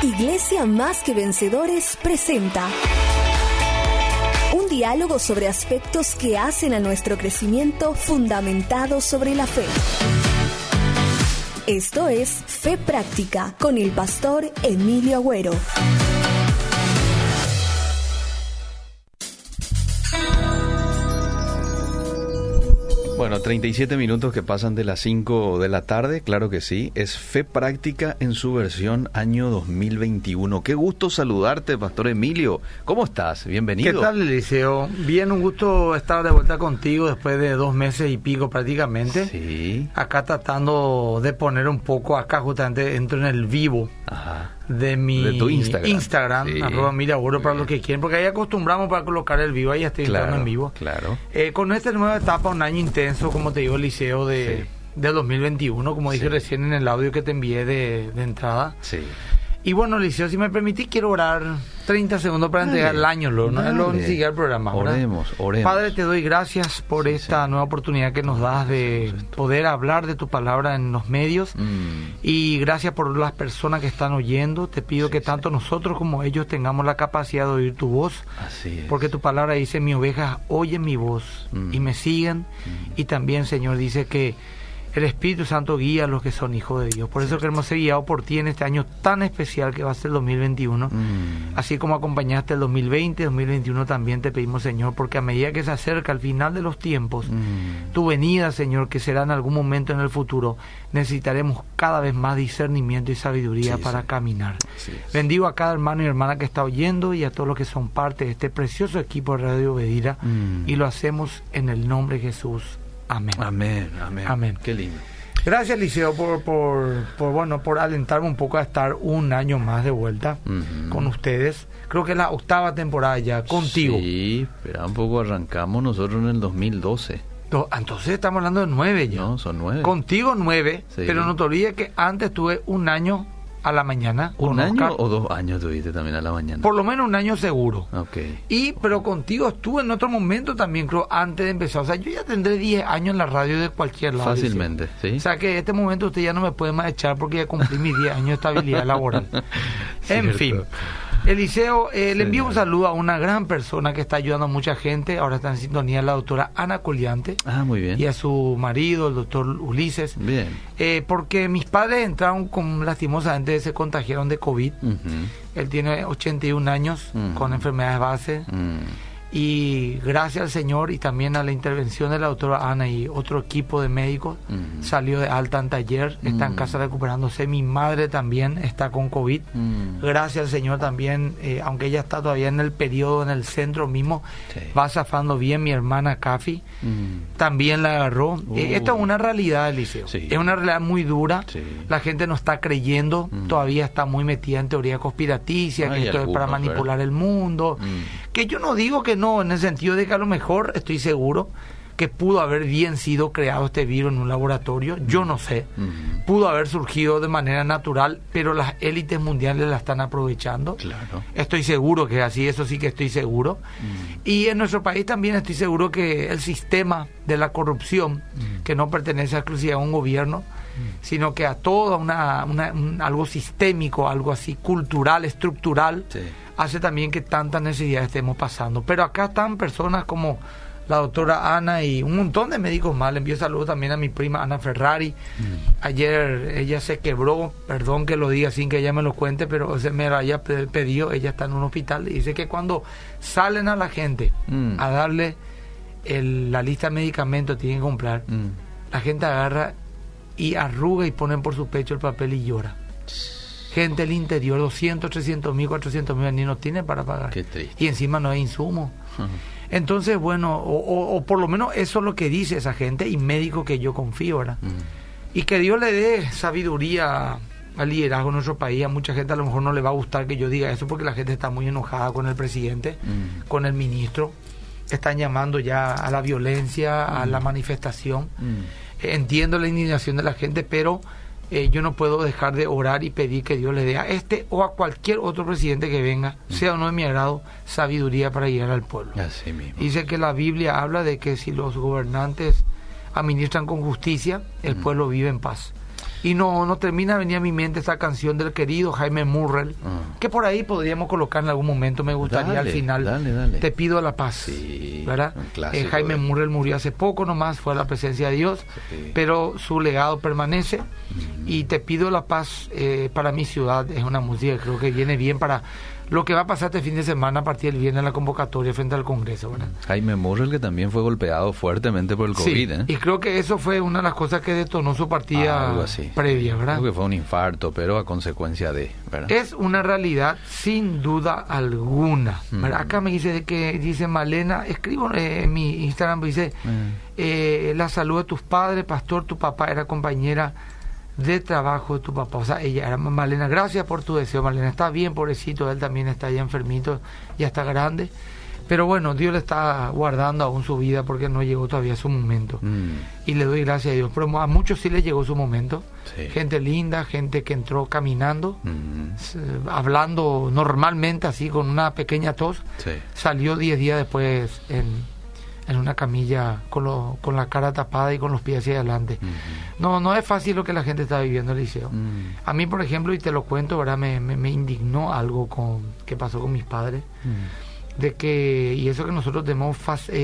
Iglesia Más que Vencedores presenta un diálogo sobre aspectos que hacen a nuestro crecimiento fundamentado sobre la fe. Esto es Fe Práctica con el pastor Emilio Agüero. Bueno, 37 minutos que pasan de las 5 de la tarde, claro que sí, es Fe Práctica en su versión año 2021. Qué gusto saludarte, Pastor Emilio. ¿Cómo estás? Bienvenido. ¿Qué tal, Eliseo? Bien, un gusto estar de vuelta contigo después de 2 meses y pico prácticamente. Sí. Acá tratando de poner un poco, acá justamente entro en el vivo. Ajá. De tu Instagram, sí. @Emilio para los que quieren, porque ahí acostumbramos para colocar el vivo, ahí estoy entrando en vivo. Claro. Con esta nueva etapa, un año intenso, como te digo, Eliseo, de 2021, como dije recién en el audio que te envié de entrada. Sí. Y bueno, Eliseo, si me permitís, quiero orar 30 segundos para entregar el año, no ni siquiera el programa. Oremos. Padre, te doy gracias por esta nueva oportunidad que nos das de poder hablar de tu palabra en los medios. Y gracias por las personas que están oyendo. Te pido que tanto nosotros como ellos tengamos la capacidad de oír tu voz. Así es. Porque tu palabra dice, mis ovejas oyen mi voz y me siguen. Y también, Señor, dice que el Espíritu Santo guía a los que son hijos de Dios. Por eso queremos ser guiados por ti en este año tan especial que va a ser el 2021. Así como acompañaste el 2020, 2021 también te pedimos, Señor, porque a medida que se acerca el final de los tiempos, tu venida, Señor, que será en algún momento en el futuro, necesitaremos cada vez más discernimiento y sabiduría para caminar. Bendigo a cada hermano y hermana que está oyendo y a todos los que son parte de este precioso equipo de Radio Obedira. Y lo hacemos en el nombre de Jesús. Amén. Amén. Qué lindo. Gracias, Eliseo, por alentarme un poco a estar un año más de vuelta con ustedes. Creo que es la 8ª temporada ya contigo. Sí, pero un poco arrancamos nosotros en el 2012. Entonces estamos hablando de 9 ya. No, son 9. Contigo 9, sí. Pero no te olvides que antes tuve un año a la mañana. ¿Un año Oscar, o 2 años tuviste también a la mañana? Por lo menos un año seguro. Okay. Pero contigo estuve en otro momento también, creo, antes de empezar. O sea, yo ya tendré 10 años en la radio de cualquier lado. Fácilmente, sí. O sea, que en este momento usted ya no me puede más echar porque ya cumplí mis 10 años de estabilidad laboral. En fin. Eliseo, le envío un saludo a una gran persona que está ayudando a mucha gente. Ahora está en sintonía la doctora Ana Coliante. Muy bien. Y a su marido, el doctor Ulises. Bien. Porque mis padres entraron lastimosamente, se contagiaron de COVID. Él tiene 81 años con enfermedades base. Y gracias al Señor y también a la intervención de la doctora Ana y otro equipo de médicos, salió de alta en taller, está en casa recuperándose. Mi madre también está con COVID. Gracias al Señor también, aunque ella está todavía en el periodo, en el centro mismo, va zafando bien. Mi hermana Cafi también la agarró. Esta es una realidad, Eliseo. Es una realidad muy dura. La gente no está creyendo, todavía está muy metida en teoría conspiraticia, que esto es para manipular el mundo. Que yo no digo que no, en el sentido de que a lo mejor estoy seguro que pudo haber bien sido creado este virus en un laboratorio, yo no sé, pudo haber surgido de manera natural, pero las élites mundiales la están aprovechando. Claro. Estoy seguro que es así, eso sí que estoy seguro. Y en nuestro país también estoy seguro que el sistema de la corrupción, que no pertenece exclusivamente a un gobierno, sino que a todo algo sistémico, algo así cultural, estructural, hace también que tantas necesidades estemos pasando. Pero acá están personas como la doctora Ana y un montón de médicos más. Le envío saludos también a mi prima Ana Ferrari. Ayer ella se quebró, perdón que lo diga sin que ella me lo cuente, pero se me lo haya pedido. Ella está en un hospital y dice que cuando salen a la gente a darle la lista de medicamentos que tienen que comprar, la gente agarra y arruga y ponen por su pecho el papel y llora. Gente del interior, 200, 300 mil, 400 mil, ni no tienen para pagar. Qué triste. Y encima no hay insumos. Entonces, bueno, o por lo menos eso es lo que dice esa gente y médico que yo confío, ¿verdad? Y que Dios le dé sabiduría al liderazgo en nuestro país. A mucha gente a lo mejor no le va a gustar que yo diga eso porque la gente está muy enojada con el presidente, con el ministro. Están llamando ya a la violencia, a la manifestación. Entiendo la indignación de la gente, pero yo no puedo dejar de orar y pedir que Dios le dé a este o a cualquier otro presidente que venga, sea o no de mi agrado, sabiduría para guiar al pueblo. Así mismo. Dice que la Biblia habla de que si los gobernantes administran con justicia, el pueblo vive en paz. Y no termina de venir a mi mente esa canción del querido Jaime Murrell, que por ahí podríamos colocar en algún momento, me gustaría al final. Dale. Te pido la paz, sí, ¿verdad? Jaime Murrell murió hace poco nomás, fue a la presencia de Dios, sí, pero su legado permanece. Y te pido la paz para mi ciudad, es una música que creo que viene bien para lo que va a pasar este fin de semana a partir del viernes en la convocatoria frente al Congreso, ¿verdad? Jaime Murrell, que también fue golpeado fuertemente por el COVID, sí, y creo que eso fue una de las cosas que detonó su partida previa, ¿verdad? Creo que fue un infarto, pero a consecuencia de, ¿verdad? Es una realidad sin duda alguna, ¿verdad? Acá me dice Malena, escribo en mi Instagram, dice, la salud de tus padres, pastor, tu papá era compañera de trabajo de tu papá, o sea, ella era Malena. Gracias por tu deseo, Malena. Está bien, pobrecito, él también está ya enfermito, ya está grande, pero bueno, Dios le está guardando aún su vida porque no llegó todavía su momento, y le doy gracias a Dios. Pero a muchos sí le llegó su momento, sí. Gente linda, gente que entró caminando, hablando normalmente, así con una pequeña tos, sí. Salió 10 días después en una camilla con la cara tapada y con los pies hacia adelante. No es fácil lo que la gente está viviendo, Eliseo. A mí, por ejemplo, y te lo cuento, ¿verdad? Me indignó algo que pasó con mis padres, de que, y eso que nosotros tenemos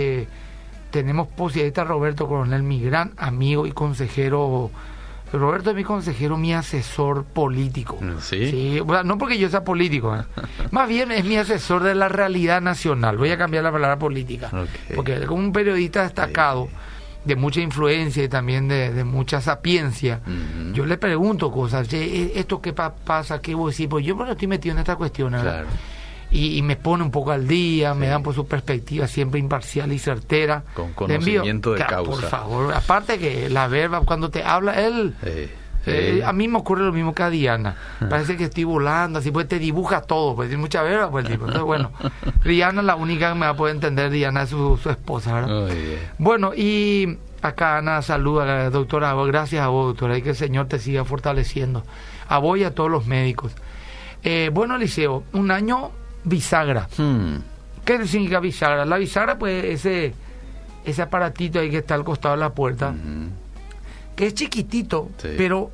posibilidad. Roberto Coronel, mi gran amigo y consejero. Roberto es mi consejero, mi asesor político. Sí, bueno, no porque yo sea político, más bien es mi asesor de la realidad nacional. Voy a cambiar la palabra política, porque como un periodista destacado, de mucha influencia y también de mucha sapiencia, yo le pregunto cosas. ¿Esto qué pasa? ¿Qué voy a decir? Pues yo no estoy metido en esta cuestión, ¿verdad? Claro. Y me pone un poco al día, me dan por su perspectiva siempre imparcial y certera. Con conocimiento de causa. Por favor, aparte que la verba, cuando te habla él, a mí me ocurre lo mismo que a Diana. Parece que estoy volando, así pues te dibuja todo, pues tiene mucha verba, pues tipo. Entonces, bueno, Diana, la única que me va a poder entender, Diana es su esposa, ¿verdad? Bueno, y acá Ana saluda, doctora, gracias a vos, doctora, y que el Señor te siga fortaleciendo. A vos y a todos los médicos. Bueno, Eliseo, un año bisagra. ¿Qué significa bisagra? La bisagra, pues, ese aparatito ahí que está al costado de la puerta, que es chiquitito, pero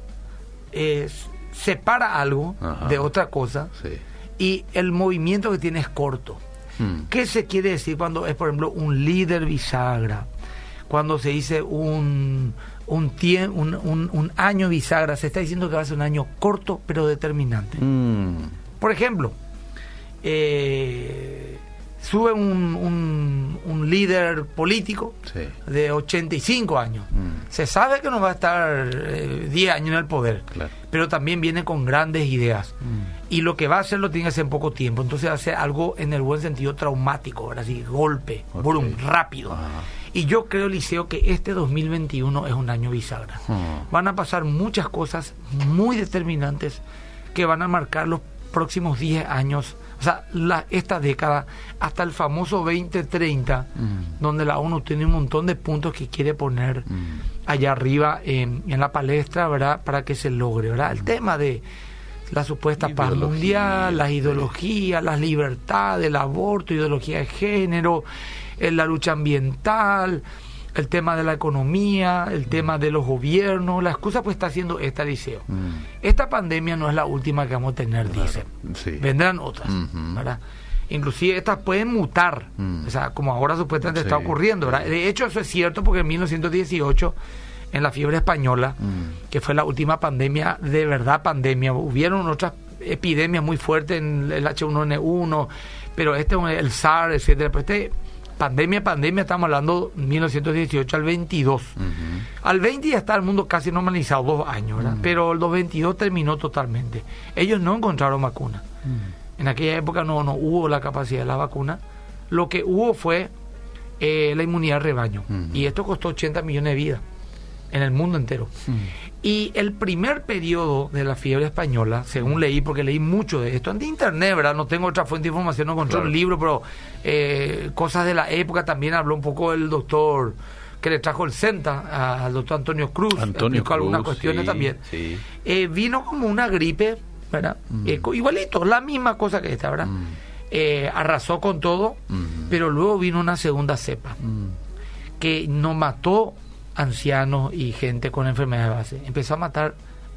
separa algo de otra cosa, y el movimiento que tiene es corto. ¿Qué se quiere decir cuando es, por ejemplo, un líder bisagra? Cuando se dice un año bisagra, se está diciendo que va a ser un año corto pero determinante. Por ejemplo, sube un líder político de 85 años. Se sabe que no va a estar 10 años en el poder, pero también viene con grandes ideas. Y lo que va a hacer lo tiene que hacer en poco tiempo. Entonces va a ser algo en el buen sentido traumático, ¿verdad? Así, golpe, brum, rápido. Y yo creo, Eliseo, que este 2021 es un año bisagra. Van a pasar muchas cosas muy determinantes que van a marcar los próximos 10 años, o sea, esta década, hasta el famoso 2030, donde la ONU tiene un montón de puntos que quiere poner allá arriba en la palestra, ¿verdad? Para que se logre, ¿verdad? El tema de la supuesta paz mundial, las ideologías, las libertades, el aborto, ideología de género, la lucha ambiental, el tema de la economía, el tema de los gobiernos. La excusa pues está siendo esta, Eliseo. Esta pandemia no es la última que vamos a tener, dicen. Vendrán otras, ¿verdad? Inclusive estas pueden mutar, o sea, como ahora supuestamente está ocurriendo, ¿verdad? De hecho, eso es cierto porque en 1918, en la fiebre española, que fue la última pandemia, de verdad pandemia, hubieron otras epidemias muy fuertes, en el H1N1, pero el SARS, etcétera. Pero pandemia, estamos hablando 1918 al 22. Al 20 ya está el mundo casi normalizado, 2 años, ¿verdad? Pero el 22 terminó totalmente. Ellos no encontraron vacuna. En aquella época no hubo la capacidad de la vacuna. Lo que hubo fue la inmunidad de rebaño. Y esto costó 80 millones de vidas en el mundo entero. Y el primer periodo de la fiebre española, según leí, porque leí mucho de esto, en internet, ¿verdad? No tengo otra fuente de información, no encontré un libro, pero cosas de la época. También habló un poco el doctor que le trajo el CENTA, al doctor Antonio Cruz, explicó algunas cuestiones también. Vino como una gripe, ¿verdad? Igualito, la misma cosa que esta, ¿verdad? Arrasó con todo, pero luego vino una segunda cepa que no mató ancianos y gente con enfermedades de base, empezó a matar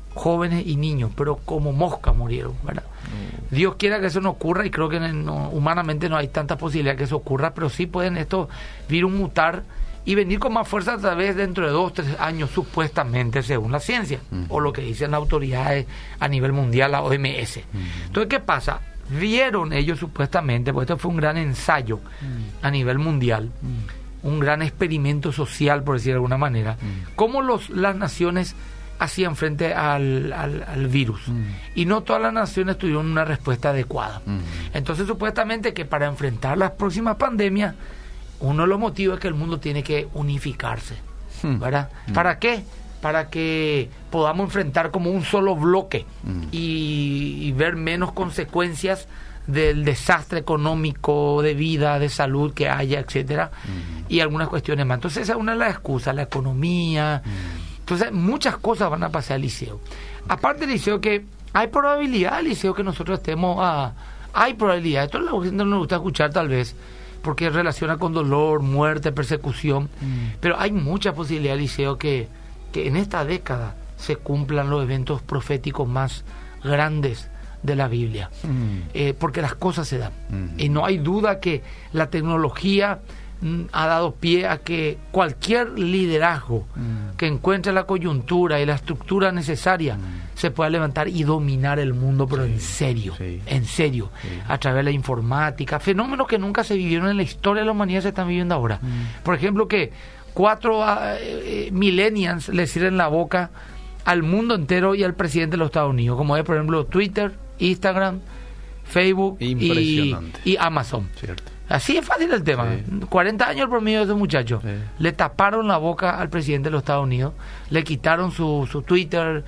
jóvenes y niños, pero como mosca murieron, ¿verdad? Dios quiera que eso no ocurra, y creo que humanamente no hay tanta posibilidad que eso ocurra, pero sí pueden estos virus mutar y venir con más fuerza tal vez dentro de 2-3 años, supuestamente, según la ciencia, o lo que dicen las autoridades a nivel mundial, la OMS. Entonces, ¿qué pasa? Vieron ellos supuestamente, porque esto fue un gran ensayo a nivel mundial, un gran experimento social, por decir de alguna manera, cómo las naciones hacían frente al virus. Y no todas las naciones tuvieron una respuesta adecuada. Entonces, supuestamente que para enfrentar las próximas pandemias, uno de los motivos es que el mundo tiene que unificarse, ¿verdad? ¿Para qué? Para que podamos enfrentar como un solo bloque y ver menos consecuencias del desastre económico, de vida, de salud que haya, etcétera, y algunas cuestiones más. Entonces, esa es una de las excusas, la economía. Entonces, muchas cosas van a pasar al liceo. Aparte del liceo, que hay probabilidad al liceo que nosotros estemos hay probabilidad. Esto la gente no nos gusta escuchar tal vez, porque relaciona con dolor, muerte, persecución, pero hay mucha posibilidad, Liceo, que en esta década se cumplan los eventos proféticos más grandes de la Biblia, porque las cosas se dan. Y no hay duda que la tecnología ha dado pie a que cualquier liderazgo que encuentre la coyuntura y la estructura necesaria se pueda levantar y dominar el mundo, pero en serio, a través de la informática, fenómenos que nunca se vivieron en la historia de la humanidad se están viviendo ahora. Por ejemplo, que 4 millennials le cierren la boca al mundo entero y al presidente de los Estados Unidos, como es, por ejemplo, Twitter, Instagram, Facebook y Amazon. Cierto. Así es fácil el tema. 40 años el promedio de esos muchachos. Le taparon la boca al presidente de los Estados Unidos, le quitaron su Twitter,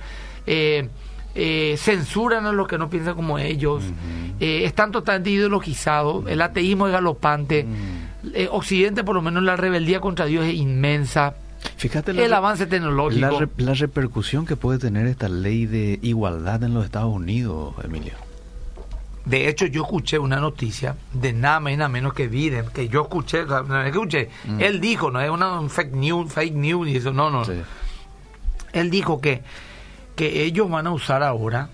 censuran a los que no piensan como ellos, están totalmente ideologizados, el ateísmo es galopante, Occidente, por lo menos la rebeldía contra Dios es inmensa. Fíjate el avance tecnológico. La repercusión que puede tener esta ley de igualdad en los Estados Unidos, Emilio. De hecho, yo escuché una noticia de nada menos que Biden, que yo escuché, él dijo, no es un fake news y eso, no. Sí. Él dijo que ellos van a usar ahora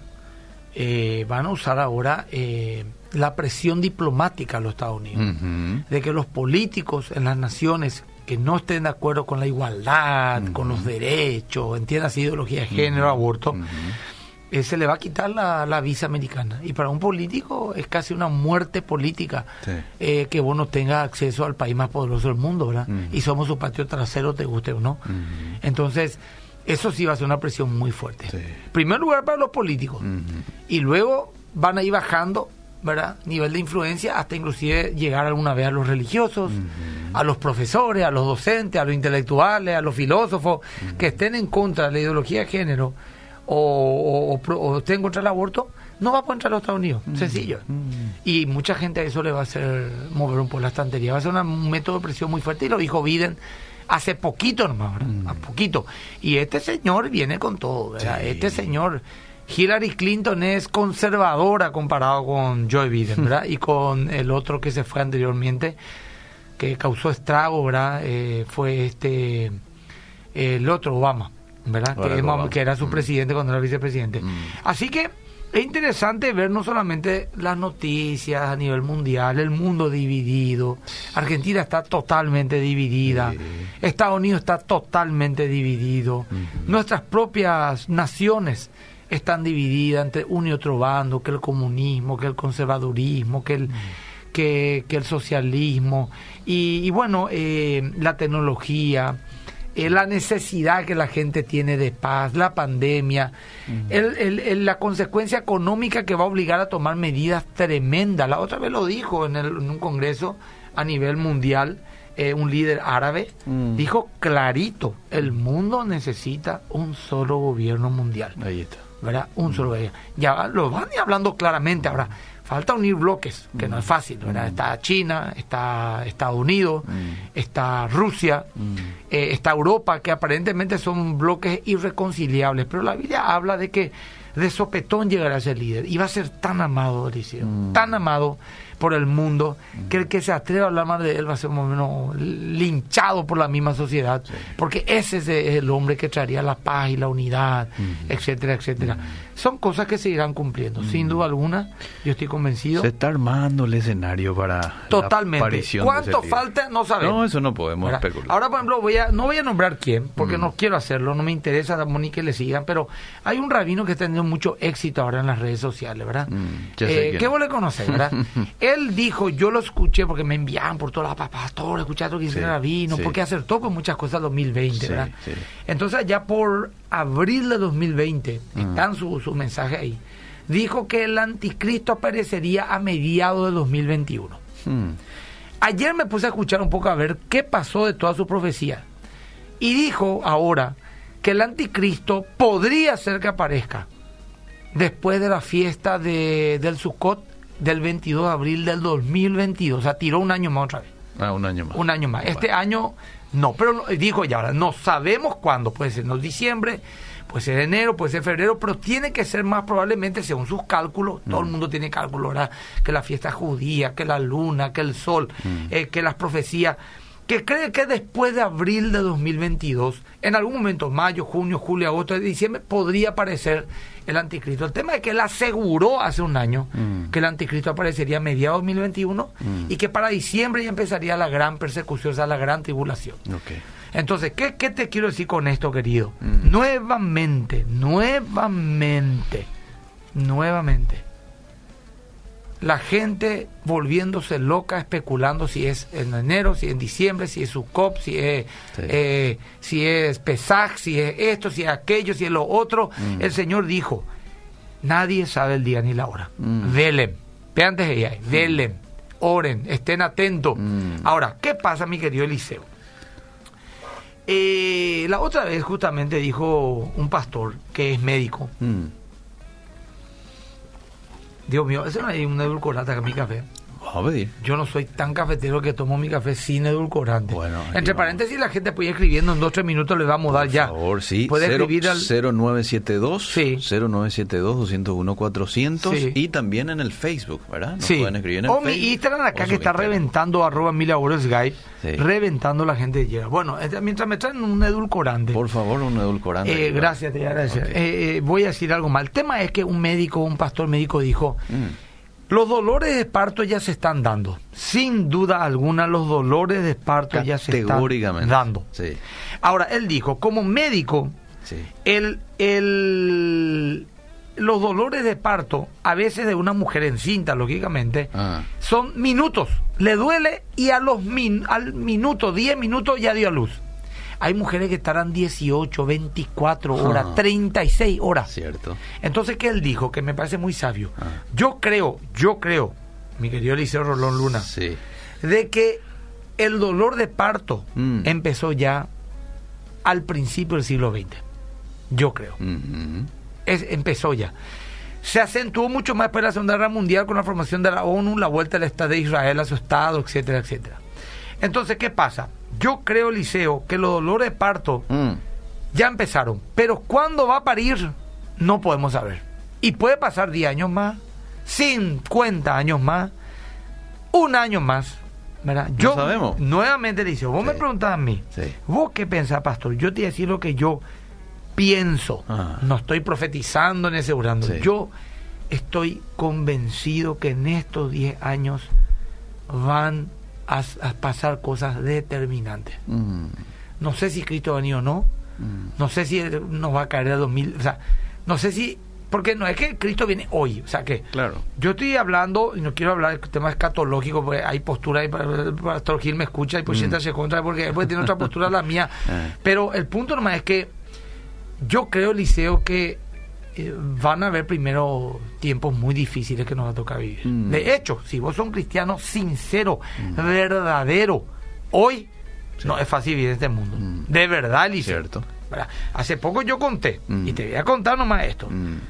la presión diplomática a los Estados Unidos, de que los políticos en las naciones que no estén de acuerdo con la igualdad, con los derechos, entiendas, ideología de género, aborto, se le va a quitar la visa americana. Y para un político es casi una muerte política que vos no tengas acceso al país más poderoso del mundo, ¿verdad? Y somos su patio trasero, te guste o no. Entonces, eso sí va a ser una presión muy fuerte. En primer lugar para los políticos. Y luego van a ir bajando, ¿verdad? Nivel de influencia hasta inclusive llegar alguna vez a los religiosos, a los profesores, a los docentes, a los intelectuales, a los filósofos que estén en contra de la ideología de género o estén contra el aborto, no va a poder entrar a los Estados Unidos. Sencillo. Y mucha gente a eso le va a hacer mover un poco la estantería. Va a ser un método de presión muy fuerte, y lo dijo Biden hace poquito nomás, ¿verdad? A poquito. Y este señor viene con todo, ¿verdad? Este señor, Hillary Clinton es conservadora comparado con Joe Biden, ¿verdad? Y con el otro que se fue anteriormente, que causó estrago, ¿verdad? Fue el otro, Obama, ¿verdad? Que era su presidente cuando era vicepresidente. Así que es interesante ver no solamente las noticias a nivel mundial, el mundo dividido. Argentina está totalmente dividida. Estados Unidos está totalmente dividido. Nuestras propias naciones están divididas entre uno y otro bando, que el comunismo, que el conservadurismo, que el socialismo. Y bueno, la tecnología, la necesidad que la gente tiene de paz, la pandemia, la consecuencia económica que va a obligar a tomar medidas tremendas. La otra vez lo dijo en un congreso a nivel mundial, un líder árabe, dijo clarito, el mundo necesita un solo gobierno mundial. Ahí está. ¿Verdad? Un solo gobierno. Ya lo van hablando claramente ahora. Falta unir bloques, que no es fácil, ¿verdad? Está China, está Estados Unidos, está Rusia, está Europa, que aparentemente son bloques irreconciliables. Pero la Biblia habla de que de sopetón llegará a ser líder. Y va a ser tan amado, Eliseo, tan amado por el mundo, que el que se atreva a hablar más de él va a ser más o menos linchado por la misma sociedad, porque ese es el hombre que traería la paz y la unidad, etcétera, etcétera. Son cosas que se irán cumpliendo, sin duda alguna. Yo estoy convencido. Se está armando el escenario para totalmente. La aparición ¿Cuánto de ese falta? No sabemos. No, eso no podemos especular. Ahora, por ejemplo, no voy a nombrar quién, porque no quiero hacerlo, no me interesa ni que le sigan, pero hay un rabino que está teniendo mucho éxito ahora en las redes sociales, ¿verdad? Que vos le conocés, ¿verdad? Él dijo, yo lo escuché porque me enviaban por todas las pastor, escuchar lo que dice el rabino, porque acertó con muchas cosas en 2020, ¿verdad? Sí. Entonces, ya por abril de 2020, están sus mensajes ahí, dijo que el anticristo aparecería a mediados de 2021. Ayer me puse a escuchar un poco a ver qué pasó de toda su profecía. Y dijo ahora que el anticristo podría ser que aparezca después de la fiesta del Sukkot del 22 de abril del 2022. O sea, tiró un año más otra vez. Un año más. Un año más. Bueno. Este año no, pero dijo ya ahora, no sabemos cuándo. Puede ser en diciembre, puede ser enero, puede ser febrero, pero tiene que ser más probablemente según sus cálculos. Todo el mundo tiene cálculos, ¿verdad? Que la fiesta judía, que la luna, que el sol, que las profecías, que cree que después de abril de 2022, en algún momento, mayo, junio, julio, agosto, diciembre, podría aparecer el anticristo. El tema es que él aseguró hace un año que el anticristo aparecería a mediados de 2021 y que para diciembre ya empezaría la gran persecución, o sea, la gran tribulación. Okay. Entonces, ¿qué te quiero decir con esto, querido? Nuevamente, la gente volviéndose loca, especulando si es en enero, si es en diciembre, si es Sukkot, si es Pesaj, si es esto, si es aquello, si es lo otro. El Señor dijo, nadie sabe el día ni la hora. Velen, vean desde ahí, velen, oren, estén atentos. Ahora, ¿qué pasa, mi querido Eliseo? La otra vez justamente dijo un pastor que es médico. Dios mío, eso no hay un edulcorante en mi café. Vamos a pedir. Yo no soy tan cafetero que tomo mi café sin edulcorante. Bueno, entre paréntesis, la gente puede ir escribiendo en 2-3 minutos, le vamos a dar ya. Por favor, sí. Puede escribir al 0972 sí. 0972-201-400 sí. Y también en el Facebook, ¿verdad? Nos sí. pueden escribir en el o Facebook. Mi Instagram acá que está reventando, @milagorosguy, sí. Reventando la gente llega. Bueno, mientras me traen un edulcorante. Por favor, un edulcorante. Gracias, te agradezco. Okay. Voy a decir algo mal. El tema es que un pastor médico dijo... Los dolores de parto ya se están dando. Sin duda alguna, los dolores de parto ya se están dando. Sí. Ahora, él dijo, como médico, sí. Los dolores de parto, a veces de una mujer encinta, lógicamente, son minutos. Le duele y al minuto, 10 minutos, ya dio a luz. Hay mujeres que estarán 18, 24 horas, 36 horas. Cierto. Entonces, ¿qué él dijo? Que me parece muy sabio. Yo creo, mi querido Eliseo Rolón Luna, sí. de que el dolor de parto empezó ya al principio del siglo XX. Yo creo. Empezó ya. Se acentuó mucho más después de la Segunda Guerra Mundial con la formación de la ONU, la vuelta del Estado de Israel a su Estado, etcétera, etcétera. Entonces, ¿qué pasa? Yo creo, Eliseo, que los dolores de parto ya empezaron, pero ¿cuándo va a parir? No podemos saber. Y puede pasar 10 años más, 50 años más, un año más, ¿verdad? Yo, no sabemos. Nuevamente, Eliseo, vos me preguntás a mí, ¿vos qué pensás, pastor? Yo te voy a decir lo que yo pienso. No estoy profetizando ni asegurando. Sí. Yo estoy convencido que en estos 10 años van a pasar cosas determinantes. No sé si Cristo va a venir o no. No sé si nos va a caer a 2000. O sea, no sé si... Porque no es que Cristo viene hoy. O sea que... Claro. Yo estoy hablando, y no quiero hablar del tema escatológico, porque hay postura, el pastor Gil me escucha y pues siéntase contra, porque después tiene otra postura la mía. Pero el punto nomás es que yo creo, Eliseo, que van a haber primero tiempos muy difíciles que nos va a tocar vivir. De hecho, si vos sos un cristiano sincero, verdadero, hoy no es fácil vivir en este mundo. De verdad, Eliseo. Cierto. Hace poco yo conté, y te voy a contar nomás esto.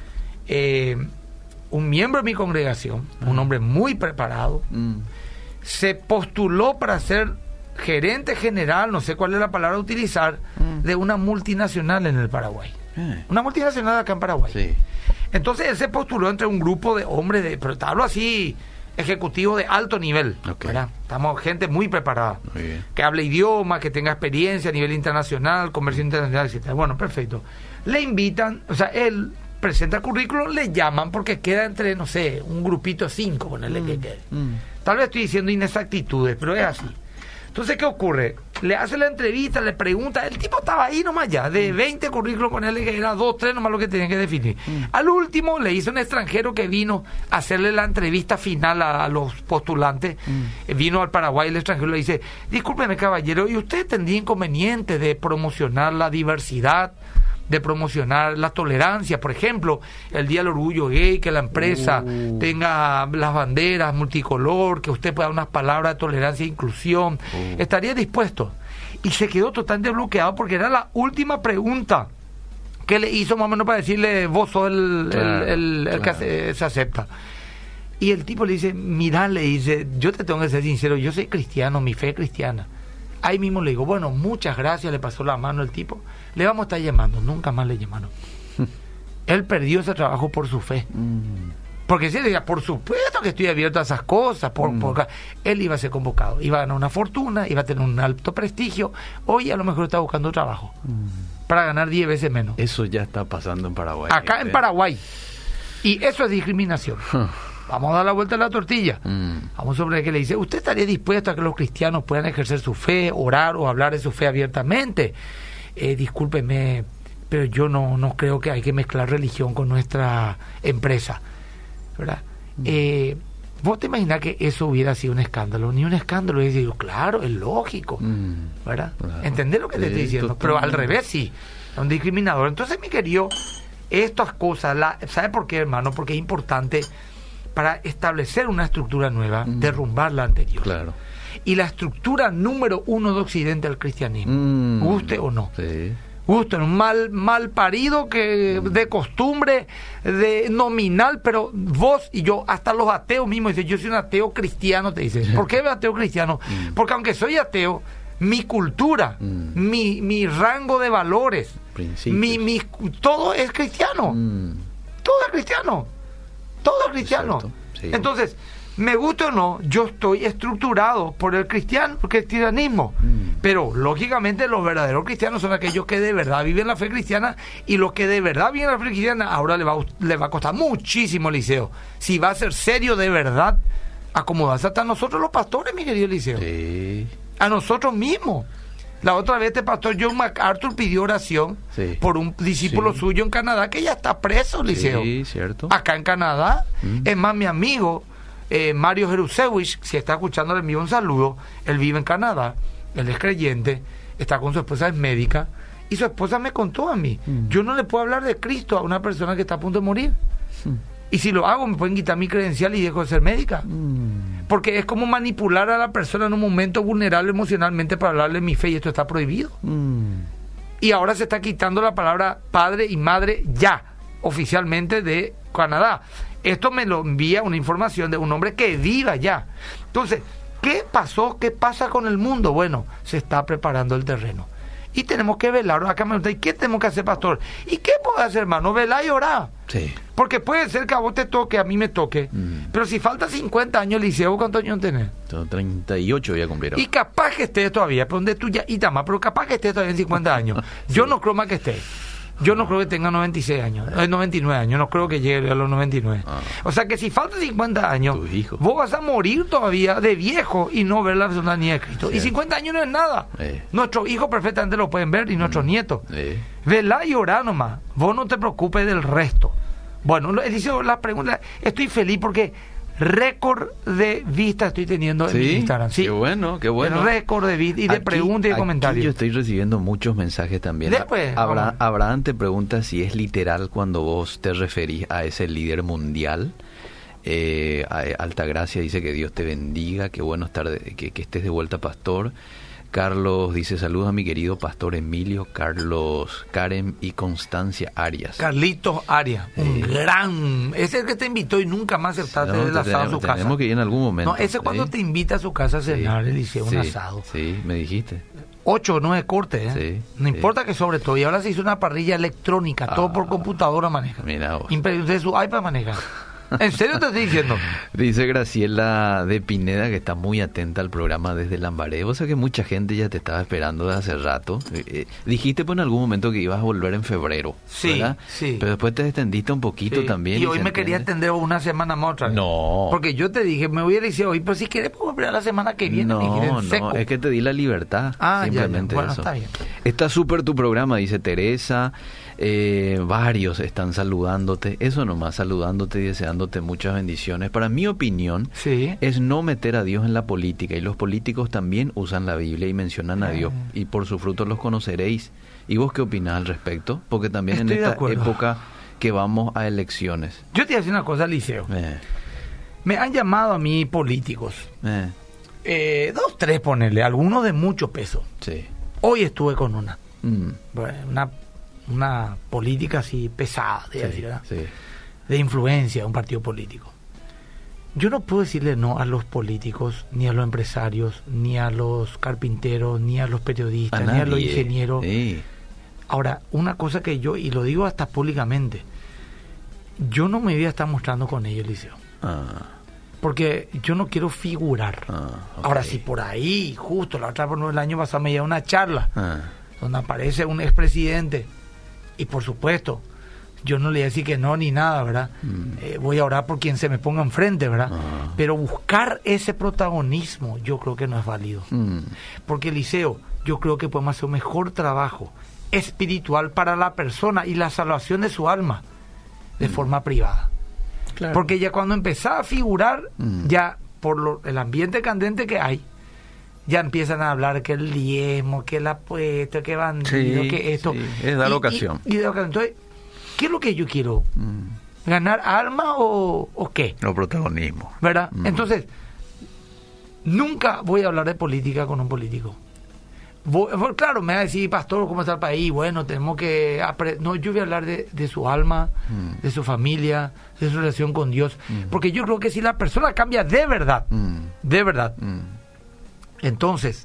Un miembro de mi congregación, un hombre muy preparado, se postuló para ser gerente general, no sé cuál es la palabra a utilizar, de una multinacional en el Paraguay. Una multinacional acá en Paraguay. Sí. Entonces él se postuló entre un grupo de hombres, pero te hablo así, ejecutivos de alto nivel, ¿verdad? Estamos gente muy preparada, Muy bien. que hable idioma, que tenga experiencia a nivel internacional, comercio internacional, etc. Bueno, perfecto. Le invitan, o sea, él presenta el currículum, le llaman porque queda entre, no sé, un grupito de 5, ponerle que quede. Tal vez estoy diciendo inexactitudes, pero es así. Entonces, ¿qué ocurre? Le hace la entrevista, le pregunta, el tipo estaba ahí nomás ya, de 20 currículos con él, que era 2, 3 nomás lo que tenía que definir. Al último le hizo un extranjero que vino a hacerle la entrevista final a los postulantes, vino al Paraguay, el extranjero le dice, discúlpeme caballero, ¿y usted tendría inconveniente de promocionar la diversidad, de promocionar la tolerancia, por ejemplo, el Día del Orgullo Gay, que la empresa tenga las banderas multicolor, que usted pueda dar unas palabras de tolerancia e inclusión? ¿Estaría dispuesto? Y se quedó totalmente bloqueado porque era la última pregunta que le hizo más o menos para decirle, vos sos el que se acepta. Y el tipo le dice, mirá, le dice, yo te tengo que ser sincero, yo soy cristiano, mi fe es cristiana. Ahí mismo le digo, bueno, muchas gracias, le pasó la mano el tipo, le vamos a estar llamando, nunca más le llamaron. Él perdió ese trabajo por su fe. Porque si él decía, por supuesto que estoy abierto a esas cosas, él iba a ser convocado, iba a ganar una fortuna, iba a tener un alto prestigio, hoy a lo mejor está buscando trabajo, para ganar 10 veces menos. Eso ya está pasando en Paraguay. Acá en Paraguay. Y eso es discriminación. Vamos a dar la vuelta a la tortilla. Vamos sobre que le dice, ¿usted estaría dispuesto a que los cristianos puedan ejercer su fe, orar o hablar de su fe abiertamente? Discúlpeme, pero yo no creo que hay que mezclar religión con nuestra empresa, ¿verdad? ¿Vos te imaginás que eso hubiera sido un escándalo? Ni un escándalo. Y digo, claro, es lógico, ¿verdad? Claro. ¿Entendés lo que te estoy diciendo? Pero al revés, sí, es un discriminador. Entonces, mi querido, estas cosas, ¿sabe por qué, hermano? Porque es importante para establecer una estructura nueva, derrumbar la anterior. Claro. Y la estructura número 1 de Occidente al cristianismo, guste o no. Sí. Guste, un mal parido que de costumbre, de nominal, pero vos y yo, hasta los ateos mismos, dicen, yo soy un ateo cristiano, te dicen. ¿Por qué ateo cristiano? Porque aunque soy ateo, mi cultura, mi rango de valores, todo es cristiano. Todo es cristiano. Todo es cristiano. Sí. Entonces, me gusta o no, yo estoy estructurado por el cristianismo. Pero, lógicamente, los verdaderos cristianos son aquellos que de verdad viven la fe cristiana, y los que de verdad viven la fe cristiana, ahora le va a costar muchísimo, Eliseo. Si va a ser serio de verdad, acomodarse hasta nosotros los pastores, mi querido Eliseo. Sí. A nosotros mismos. La otra vez este pastor John MacArthur pidió oración por un discípulo suyo en Canadá que ya está preso, Eliseo. Sí, cierto. Acá en Canadá. Es más, mi amigo Mario Jerusewicz, si está escuchando, le envío un saludo. Él vive en Canadá, él es creyente, está con su esposa, es médica, y su esposa me contó a mí, yo no le puedo hablar de Cristo a una persona que está a punto de morir. Y si lo hago, me pueden quitar mi credencial y dejo de ser médica. Porque es como manipular a la persona en un momento vulnerable emocionalmente para hablarle de mi fe, y esto está prohibido. Y ahora se está quitando la palabra padre y madre ya, oficialmente, de Canadá. Esto me lo envía una información de un hombre que viva allá. Entonces, ¿qué pasó? ¿Qué pasa con el mundo? Bueno, se está preparando el terreno. Y tenemos que velar. Acá me preguntan, ¿y qué tenemos que hacer, pastor? ¿Y qué puedo hacer, hermano? Velar y orar. Sí. Porque puede ser que a vos te toque, a mí me toque. Pero si falta 50 años, Liceo, ¿cuántos años tenés? 38 voy a cumplir ahora. Y capaz que estés todavía, pero donde tú ya, pero capaz que estés todavía en 50 años. Sí. Yo no creo más que estés. Yo no creo que tenga 96 años, 99 años, no creo que llegue a los 99. O sea que si falta 50 años, vos vas a morir todavía de viejo y no ver la personalidad de Cristo. Sí. Y 50 años no es nada. Nuestros hijos perfectamente lo pueden ver, y nuestros nietos. Velá y orá nomás. Vos no te preocupes del resto. Bueno, dice la pregunta, estoy feliz porque récord de vistas estoy teniendo en mi Instagram. Sí, qué bueno, qué bueno. El récord de vistas y de preguntas y de comentarios. Yo estoy recibiendo muchos mensajes también. Después, Abraham te pregunta si es literal cuando vos te referís a ese líder mundial. Altagracia dice que Dios te bendiga, qué bueno estar que estés de vuelta, pastor. Carlos dice, saludos a mi querido pastor Emilio, Carlos, Karen y Constancia Arias. Carlitos Arias, un gran... Ese es el que te invitó y nunca más aceptaste el asado a su casa. Tenemos que ir en algún momento. No, ese es cuando te invita a su casa a cenar, Eliseo, un asado. Sí, me dijiste. 8 o 9 cortes, Sí, no importa que sobre todo. Y ahora se hizo una parrilla electrónica, todo por computadora maneja. Mira vos. Entonces su iPad maneja. ¿En serio te estoy diciendo? Dice Graciela de Pineda que está muy atenta al programa desde Lambaré. O sea que mucha gente ya te estaba esperando desde hace rato. Dijiste pues en algún momento que ibas a volver en febrero, Sí, ¿verdad? sí. Pero después te extendiste un poquito Sí. también. Y hoy se me quería entiende. extender una semana más otra vez. No. Porque yo te dije, me voy a decir hoy, pero si quieres puedo volver a la semana que viene. me dijiste, en seco. No, es que te di la libertad. Ah, ya, ya. Simplemente Bueno, eso. está bien. Está súper tu programa, dice Teresa. Varios están saludándote. Eso nomás, saludándote y deseándote muchas bendiciones. Para mi opinión, Sí. es no meter a Dios en la política. Y los políticos también usan la Biblia y mencionan a Dios. Y por sus frutos los conoceréis. ¿Y vos qué opinás al respecto? Porque también Estoy en de esta acuerdo. época que vamos a elecciones. Yo te voy a decir una cosa, Liceo. Me han llamado a mí políticos. 2, 3, ponerle, algunos de mucho peso. Sí. Hoy estuve con una. Mm, Una política así pesada, sí, decir, ¿verdad? sí. De influencia de un partido político. Yo no puedo decirle no a los políticos, ni a los empresarios, ni a los carpinteros, ni a los periodistas, ni a los nadie. ingenieros. Sí. Ahora, una cosa que yo, y lo digo hasta públicamente, yo no me voy a estar mostrando con ellos, Liceo. Porque yo no quiero figurar. Ok. Ahora, si por ahí, justo la otra el año pasado me lleva una charla Ah, donde aparece un expresidente, y por supuesto, yo no le voy a decir que no ni nada, ¿verdad? Voy a orar por quien se me ponga enfrente, ¿verdad? Ah. Pero buscar ese protagonismo yo creo que no es válido. Porque, Liceo, yo creo que podemos hacer un mejor trabajo espiritual para la persona y la salvación de su alma de forma privada. claro. Porque ya cuando empezaba a figurar, ya por el ambiente candente que hay, ya empiezan a hablar que el diezmo, que el apuesto, que bandido, Sí, que esto. sí, es dar ocasión. Y dar ocasión. Entonces, ¿qué es lo que yo quiero? ¿Ganar alma o qué? No protagonismo. ¿Verdad? Entonces, nunca voy a hablar de política con un político. Claro, me va a decir, pastor, ¿cómo está el país? Bueno, tenemos que... No, yo voy a hablar de su alma, de su familia, de su relación con Dios. Porque yo creo que si la persona cambia de verdad, entonces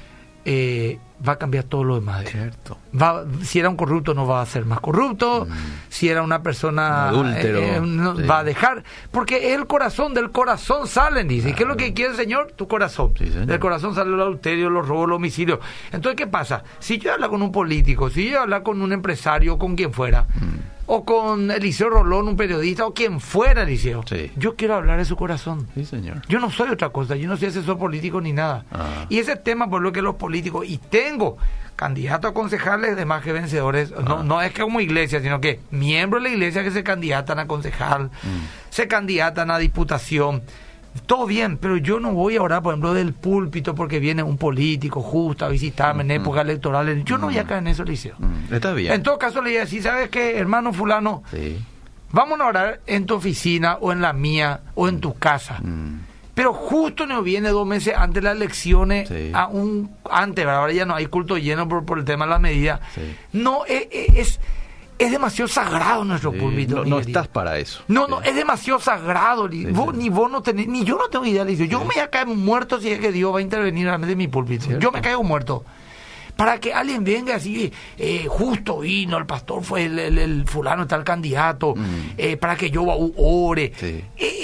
va a cambiar todo lo demás. Cierto. Si era un corrupto, no va a ser más corrupto. Si era una persona adúltero, no, sí. va a dejar, porque es el corazón, del corazón salen, dice. ¿Qué es lo que quiere el Señor? Tu corazón. Sí, señor. Del corazón sale el adulterio, los robos, los homicidios. Entonces, ¿qué pasa? Si yo hablo con un político, si yo hablo con un empresario, con quien fuera, o con Eliseo Rolón, un periodista, o quien fuera, Eliseo, Sí. yo quiero hablar de su corazón. Sí, señor. Yo no soy otra cosa, yo no soy asesor político ni nada. Y ese tema, por lo que los políticos, y tengo candidatos a concejales de más que vencedores, no es que como iglesia, sino que miembros de la iglesia que se candidatan a concejal, se candidatan a diputación, todo bien, pero yo no voy a orar, por ejemplo, del púlpito porque viene un político justo a visitarme en épocas electorales. Yo no voy a caer en eso, Liceo. Está bien. En todo caso, le voy a decir, ¿sabes qué, hermano fulano? Sí. Vamos a orar en tu oficina o en la mía o en tu casa. Pero justo nos viene 2 meses antes de las elecciones, Sí. antes, ¿verdad? Ahora ya no hay culto lleno por el tema de las medidas. Sí. No, es demasiado sagrado nuestro Sí. púlpito. No, mi no querido. estás para eso. No, Sí. no, es demasiado sagrado. Sí, Vos, sí. ni vos no tenés, ni yo no tengo idea, Licio. Yo me voy a caer muerto si es que Dios va a intervenir a de mi púlpito. Cierto. Yo me caigo muerto. Para que alguien venga así, justo vino, el pastor fue el fulano, está el candidato, para que yo ore. Sí.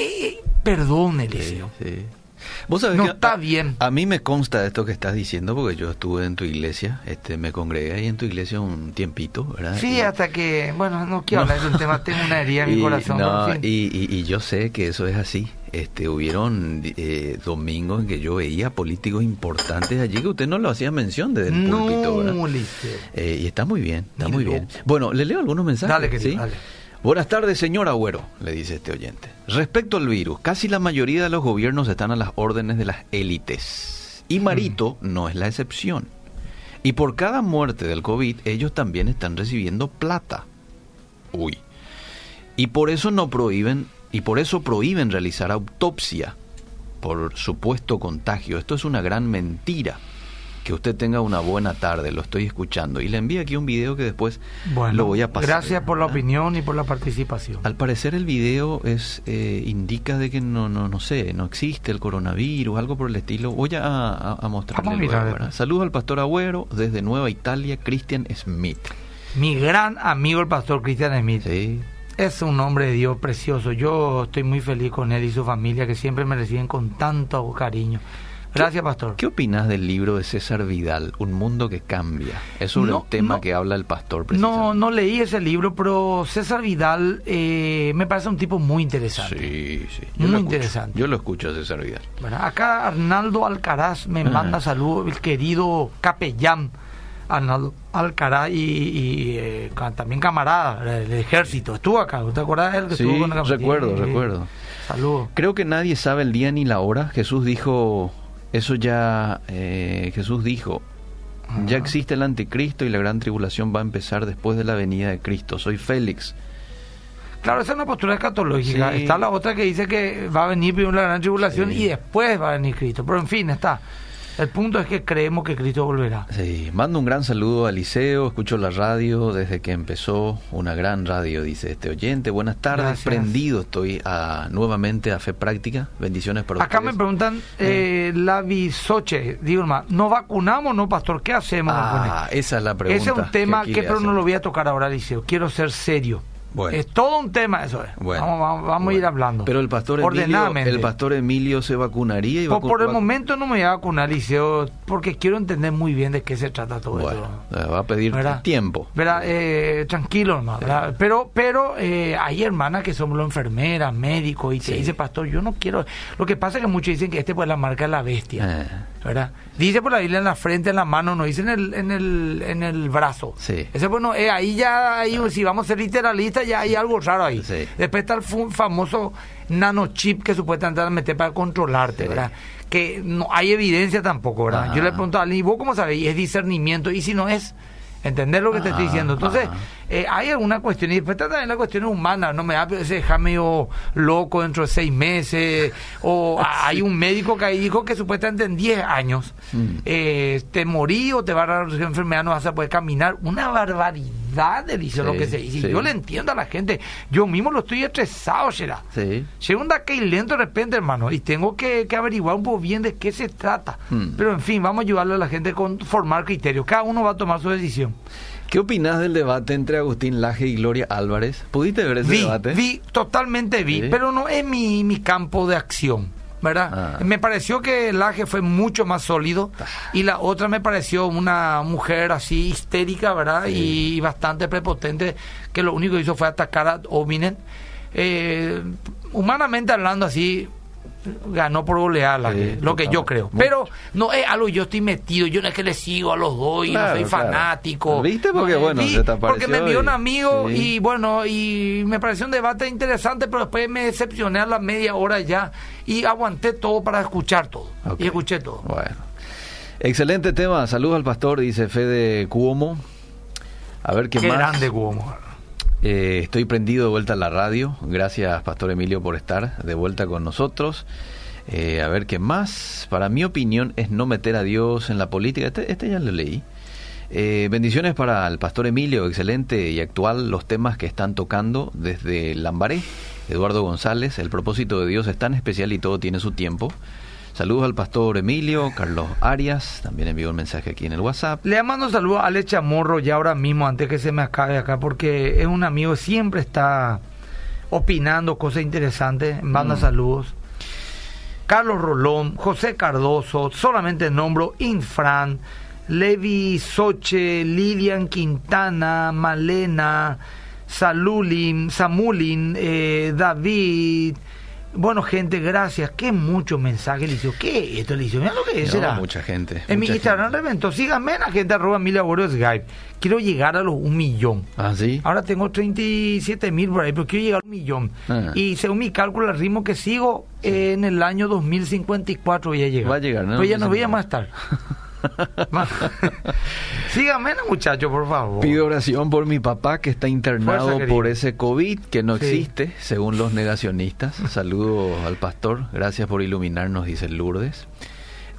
Perdón, Sí, Eliseo. sí. Vos sabés No que está bien. A mí me consta esto que estás diciendo porque yo estuve en tu iglesia, me congregué ahí en tu iglesia un tiempito, ¿verdad? Sí, Y- hasta que, bueno, no quiero hablar del tema, tengo una herida en mi corazón. no, pero en fin. y yo sé que eso es así. Hubieron domingos en que yo veía políticos importantes allí que usted no lo hacía mención desde el púlpito, ¿verdad? No, Eliseo. Y está muy bien, está Ni muy loco. bien. Bueno, le leo algunos mensajes. Dale, querido, ¿sí? dale. Buenas tardes, señor Agüero, le dice este oyente. Respecto al virus, casi la mayoría de los gobiernos están a las órdenes de las élites. Y Marito no es la excepción. Y por cada muerte del COVID, ellos también están recibiendo plata. Uy. Y por eso prohíben realizar autopsia por supuesto contagio. Esto es una gran mentira. Que usted tenga una buena tarde, lo estoy escuchando. Y le envío aquí un video que después lo voy a pasar. Gracias por la opinión y por la participación. Al parecer el video indica de que no sé, no existe el coronavirus, algo por el estilo. Voy a mostrarle luego. Saludos al pastor Agüero desde Nueva Italia, Christian Smith. Mi gran amigo el pastor Christian Smith. Sí. Es un hombre de Dios precioso. Yo estoy muy feliz con él y su familia, que siempre me reciben con tanto cariño. Gracias, pastor. ¿Qué opinas del libro de César Vidal, Un mundo que cambia? Es sobre el tema que habla el pastor, precisamente. No leí ese libro, pero César Vidal me parece un tipo muy interesante. Sí. Muy interesante. Yo lo escucho a César Vidal. Bueno, acá Arnaldo Alcaraz me manda saludos, el querido capellán Arnaldo Alcaraz y también camarada del ejército. Estuvo acá, ¿te acuerdas de él? Que estuvo con la recuerdo. Saludos. Creo que nadie sabe el día ni la hora. Jesús dijo... Eso ya, Jesús dijo, ya existe el anticristo y la gran tribulación va a empezar después de la venida de Cristo. Soy Félix. Claro, esa es una postura escatológica. Sí. Está la otra que dice que va a venir primero la gran tribulación y después va a venir Cristo. Pero en fin, está. El punto es que creemos que Cristo volverá. Sí, mando un gran saludo a Eliseo, escucho la radio desde que empezó, una gran radio, dice este oyente. Buenas tardes, gracias. Prendido estoy nuevamente a Fe Práctica, bendiciones para Acá ustedes. Me preguntan, la Bisoche, digo hermano, ¿nos vacunamos no, pastor? ¿Qué hacemos? Esa es la pregunta. Ese es un tema pero no lo voy a tocar ahora, Eliseo, quiero ser serio. Bueno. Es todo un tema eso. Bueno. Vamos a ir hablando. Pero el pastor Emilio se vacunaría y por el momento no me voy a vacunar, Liceo, porque quiero entender muy bien de qué se trata todo esto. Va a pedir tiempo. Tranquilo, hermano. Sí. Pero hay hermanas que son enfermeras, médicos, y te dice, pastor, yo no quiero. Lo que pasa es que muchos dicen que pues la marca de la bestia. ¿Verdad? Dice por la Biblia en la frente, en la mano, no dice en el brazo. Sí. Ese si vamos a ser literalistas, ya hay algo raro ahí. Sí. Después está el famoso nanochip que supuestamente van a meter para controlarte, ¿verdad? Que no hay evidencia tampoco, ¿verdad? Yo le pregunto a alguien, ¿y vos cómo sabés? Y es discernimiento, y si no es, entender lo que te estoy diciendo. Entonces, hay alguna cuestión, y después está también la cuestión humana, no me da ese dejar medio loco dentro de 6 meses, o hay un médico que ahí dijo que supuestamente en 10 años te morí o te va a dar enfermedad, no vas a poder caminar. Una barbaridad, Eliseo, lo que se dice. Yo le entiendo a la gente, yo mismo lo estoy estresado, Shera. Llega un daque lento de repente, hermano, y tengo que averiguar un poco bien de qué se trata. Pero en fin, vamos a ayudarle a la gente con formar criterios. Cada uno va a tomar su decisión. ¿Qué opinás del debate entre Agustín Laje y Gloria Álvarez? ¿Pudiste ver ese debate? Totalmente vi, pero no es mi campo de acción, ¿verdad? Me pareció que Laje fue mucho más sólido y la otra me pareció una mujer así histérica, ¿verdad? Y bastante prepotente, que lo único que hizo fue atacar a Ominen. Humanamente hablando así, ganó por goleada lo que yo creo. Pero no es algo yo estoy metido, yo no es que le sigo a los dos y no soy fanático. ¿Viste? Porque se te apareció porque me envió un amigo y me pareció un debate interesante, pero después me decepcioné a la media hora ya y aguanté todo para escuchar todo. Y escuché todo. Bueno. Excelente tema. Saludos al pastor, dice Fede Cuomo. A ver qué más. Qué grande Cuomo. Estoy prendido de vuelta a la radio. Gracias, Pastor Emilio, por estar de vuelta con nosotros. A ver qué más. Para mi opinión es no meter a Dios en la política. Este ya lo leí. Bendiciones para el Pastor Emilio. Excelente y actual los temas que están tocando desde Lambaré. Eduardo González. El propósito de Dios es tan especial y todo tiene su tiempo. Saludos al Pastor Emilio. Carlos Arias también envió un mensaje aquí en el WhatsApp. Le mando saludos a Alex Chamorro ya ahora mismo, antes que se me acabe acá, porque es un amigo, siempre está opinando cosas interesantes. Manda saludos. Carlos Rolón, José Cardoso, solamente nombro Infran, Levi Soche, Lilian Quintana, Malena, Samulin, David. Bueno, gente, gracias. Qué mucho mensaje, Eliseo. ¿Qué es esto, Eliseo? Mira lo que es. Mucha gente. En mi Instagram reventó. Síganme la gente, @milagros_Skype. Quiero llegar a los 1 millón. ¿Ah, sí? Ahora tengo 37,000 por ahí, pero quiero llegar a 1 millón. Y según mi cálculo, el ritmo que sigo, en el año 2054 voy a llegar. Va a llegar, ¿no? Pero ya no voy a más estar. Síganme, muchachos, por favor. Pido oración por mi papá que está internado por ese COVID que no existe, según los negacionistas. Saludos al pastor, gracias por iluminarnos, dice Lourdes.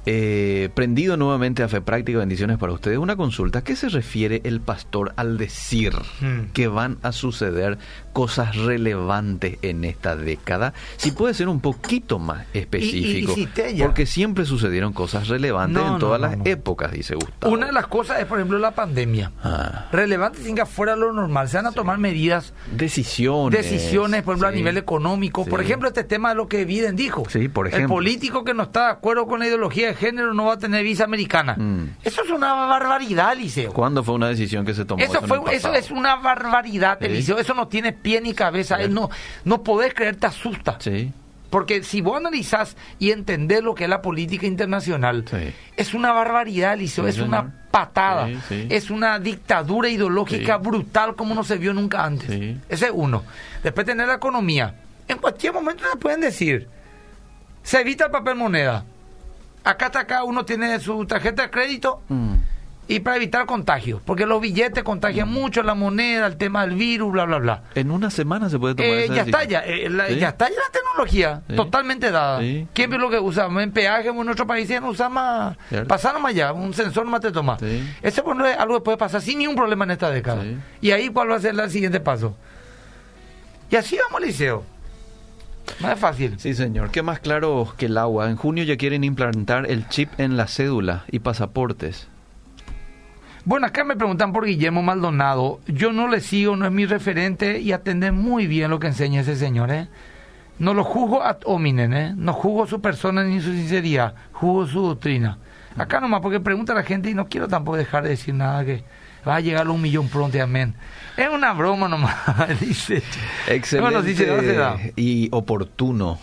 Prendido nuevamente a Fe Práctica, bendiciones para ustedes. Una consulta, ¿a qué se refiere el pastor al decir que van a suceder cosas relevantes en esta década? Si puede ser un poquito más específico, porque siempre sucedieron cosas relevantes en todas las épocas, dice Gustavo. Una de las cosas es, por ejemplo, la pandemia. Relevante sin que fuera lo normal. Se van a tomar medidas. Decisiones, por ejemplo, a nivel económico. Por ejemplo, este tema de lo que Biden dijo. Sí, por ejemplo. El político que no está de acuerdo con la ideología de género no va a tener visa americana. Eso es una barbaridad, Eliseo. ¿Cuándo fue una decisión que se tomó? Eso es una barbaridad, Eliseo. Eso no tiene pie ni cabeza. No podés creer, te asusta. Sí. Porque si vos analizás y entendés lo que es la política internacional, es una barbaridad, Eliseo. Es una patada. Es una dictadura ideológica brutal como no se vio nunca antes. Ese es uno. Después tener la economía. En cualquier momento se pueden decir, se evita el papel moneda. Acá uno tiene su tarjeta de crédito y para evitar contagio, porque los billetes contagian mucho, la moneda, el tema del virus, bla, bla, bla. En una semana se puede tomar esa decisión. Ya está la tecnología totalmente dada. ¿Quién ve lo que usa? En peaje en nuestro país ya no usa más. Pasaron más allá, un sensor más te toma. Eso bueno, es algo que puede pasar sin ningún problema en esta década. Y ahí, ¿cuál va a ser el siguiente paso? Y así vamos, Liceo. No es fácil. Sí, señor. ¿Qué más claro que el agua? En junio ya quieren implantar el chip en la cédula y pasaportes. Bueno, acá me preguntan por Guillermo Maldonado. Yo no le sigo, no es mi referente y atender muy bien lo que enseña ese señor, No lo juzgo ad hominem, No juzgo su persona ni su sinceridad, juzgo su doctrina. Acá nomás, porque pregunta a la gente y no quiero tampoco dejar de decir nada que va a llegar a 1 millón pronto, amén. Es una broma nomás, dice. Excelente bueno, dice, y oportuno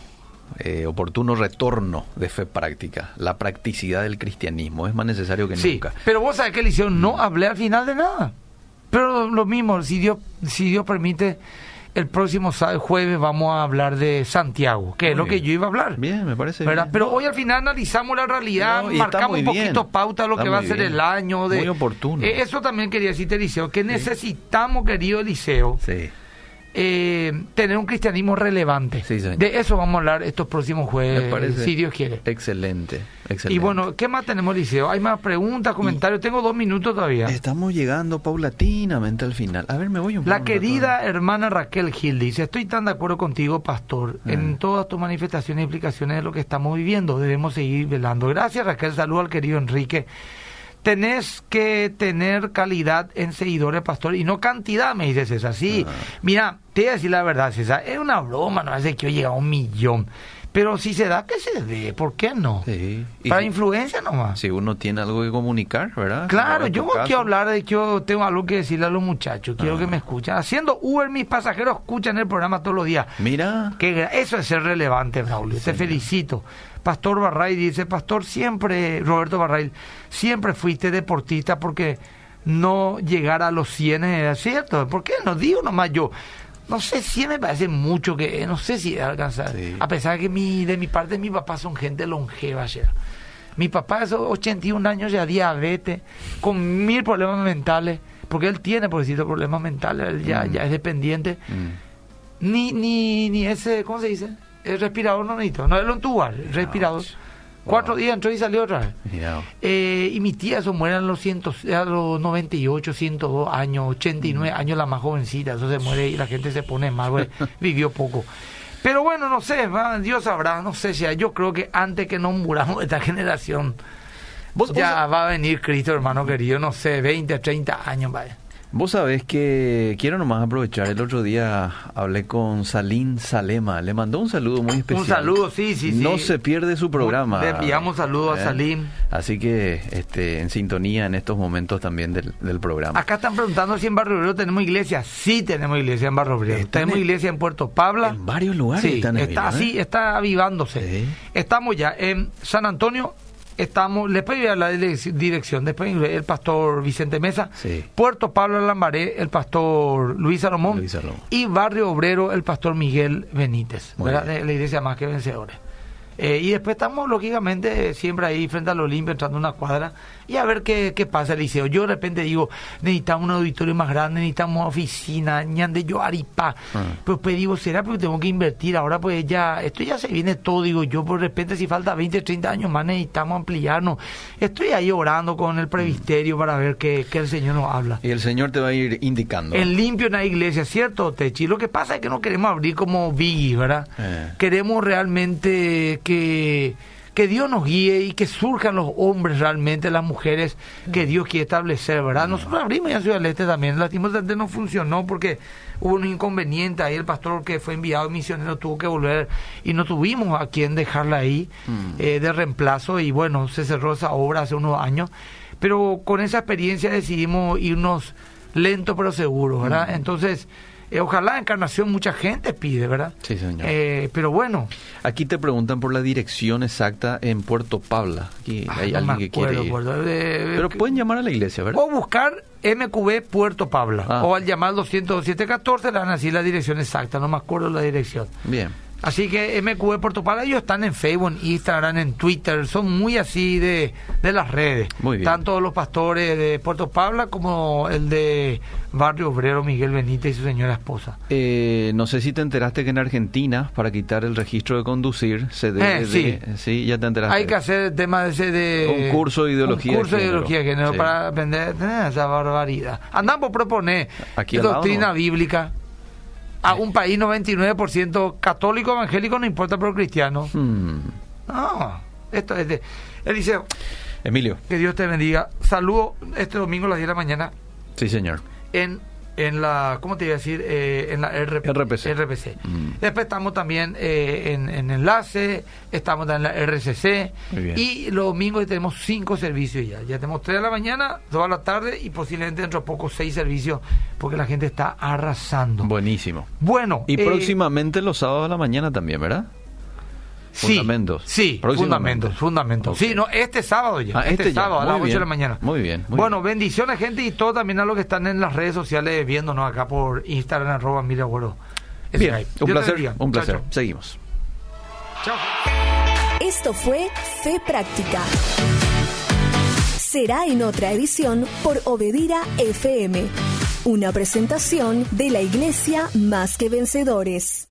retorno de Fe Práctica. La practicidad del cristianismo es más necesario que nunca. Pero vos sabés que Eliseo, no hablé al final de nada. Pero lo mismo, si Dios permite, el próximo jueves vamos a hablar de Santiago, que es lo que yo iba a hablar. Bien, me parece bien. Pero no. Hoy al final analizamos la realidad, marcamos un poquito pauta de lo que va a ser el año. Muy oportuno. Eso también quería decirte, Eliseo, que necesitamos, querido Eliseo, tener un cristianismo relevante. De eso vamos a hablar estos próximos jueves, si Dios quiere. Excelente. Y bueno, ¿qué más tenemos, Eliseo? ¿Hay más preguntas, comentarios? Tengo 2 minutos todavía. Estamos llegando paulatinamente al final. A ver, me voy un poco. La querida hermana Raquel Gil dice, estoy tan de acuerdo contigo, pastor, en todas tus manifestaciones y explicaciones de lo que estamos viviendo. Debemos seguir velando. Gracias, Raquel. Saludo al querido Enrique. Tenés que tener calidad en seguidores, pastor, y no cantidad, me dice César. Sí, mira, te voy a decir la verdad, César, es una broma, no hace que yo llegue a 1 millón. Pero si se da, que se dé, ¿por qué no? Sí. Para influencia nomás. Si uno tiene algo que comunicar, ¿verdad? Claro, yo quiero hablar de que yo tengo algo que decirle a los muchachos, quiero que me escuchen. Haciendo Uber, mis pasajeros escuchan el programa todos los días. Mira. Eso es ser relevante, Braulio, te felicito. Pastor Barray dice, pastor, Roberto Barray, siempre fuiste deportista porque no llegar a los 100 era cierto. ¿Por qué? No digo nomás yo. No sé, 100 me parece mucho, que no sé si alcanzar. A pesar que de mi parte, mi papá son gente longeva ya. Mi papá es 81 años ya, diabetes, con 1000 problemas mentales, porque él tiene, por decirlo, problemas mentales, él ya es dependiente. Ni ese, ¿cómo se dice? El respirador no necesito, no es lo entubar, el respirador. 4 días entró y salió otra vez. Y mi tía, eso muere a los 98, 102 años, 89 años, la más jovencita. Eso se muere y la gente se pone mal, güey. Vivió poco. Pero bueno, no sé, Dios sabrá, no sé si yo creo que antes que nos muramos de esta generación, ya va a venir Cristo, hermano querido, no sé, 20, 30 años, vaya. Vos sabés que quiero nomás aprovechar, el otro día hablé con Salim Salema, le mandó un saludo muy especial. Un saludo, sí. No se pierde su programa. Le enviamos saludos a Salim. Así que en sintonía en estos momentos también del programa. Acá están preguntando si en Barrio Obrero tenemos iglesia. Sí tenemos iglesia en Barrio Obrero. Tenemos iglesia en Puerto Pabla. En varios lugares sí, está avivándose. Sí. Estamos ya en San Antonio. Después de la dirección, después el pastor Vicente Mesa, Puerto Pablo Lambaré, el pastor Luis Salomón, y Barrio Obrero, el pastor Miguel Benítez, ¿verdad? De la iglesia Más que Vencedores. Y después estamos, lógicamente, siempre ahí frente al Olimpia, entrando a una cuadra, y a ver qué pasa, Eliseo. Yo de repente digo, necesitamos un auditorio más grande, necesitamos oficina, ñande yo aripa. Pero pues digo, ¿será porque tengo que invertir? Ahora pues esto ya se viene todo, digo yo, por repente si falta 20, 30 años más necesitamos ampliarnos. Estoy ahí orando con el presbiterio para ver qué el Señor nos habla. Y el Señor te va a ir indicando. En limpio en la iglesia, ¿cierto, Techi? Lo que pasa es que no queremos abrir como Biggie, ¿verdad? Queremos realmente que Dios nos guíe y que surjan los hombres realmente, las mujeres que Dios quiere establecer, ¿verdad? Nosotros abrimos ya en Ciudad del Este también, lastimosamente no funcionó porque hubo un inconveniente ahí, el pastor que fue enviado misionero tuvo que volver y no tuvimos a quien dejarla ahí de reemplazo, y bueno, se cerró esa obra hace unos años, pero con esa experiencia decidimos irnos lento pero seguro, ¿verdad? Entonces, ojalá Encarnación mucha gente pide, ¿verdad? Sí, señor. Pero bueno. Aquí te preguntan por la dirección exacta en Puerto Pabla. Aquí hay alguien que quiere ir. Pero pueden llamar a la iglesia, ¿verdad? O buscar MQB Puerto Pabla. O al llamar 20714 le van a decir la dirección exacta. No me acuerdo la dirección. Bien. Así que MQB Puerto Pabla, ellos están en Facebook, en Instagram, en Twitter, son muy así de las redes. Muy bien. Tanto los pastores de Puerto Pabla como el de Barrio Obrero, Miguel Benítez y su señora esposa. No sé si te enteraste que en Argentina, para quitar el registro de conducir, se debe sí, ya te enteraste. Hay que hacer el tema de un curso de ideología de género para aprender esa barbaridad. Andamos a proponer aquí doctrina bíblica a un país 99% católico, evangélico, no importa, pero cristiano. No, esto es de Eliseo. Emilio. Que Dios te bendiga. Saludo este domingo a las 10 de la mañana. Sí, señor. En la, ¿cómo te iba a decir? En la RPC. Después estamos también en Enlace, estamos en la RCC. Y los domingos tenemos 5 servicios ya. Ya tenemos 3 de la mañana, 2 de la tarde y posiblemente dentro de poco 6 servicios, porque la gente está arrasando. Buenísimo. Bueno. Y próximamente los sábados de la mañana también, ¿verdad? Fundamentos. Sí, fundamentos. Okay. Sí, no, este sábado ya. Este sábado a las 8 de la mañana. Muy bien. Bueno, bendiciones, gente, y todo también a los que están en las redes sociales viéndonos acá por Instagram, @Emilio. Bien, un placer. Chao. Seguimos. Chao. Esto fue Fe Práctica. Será en otra edición por Obedira FM. Una presentación de la Iglesia Más que Vencedores.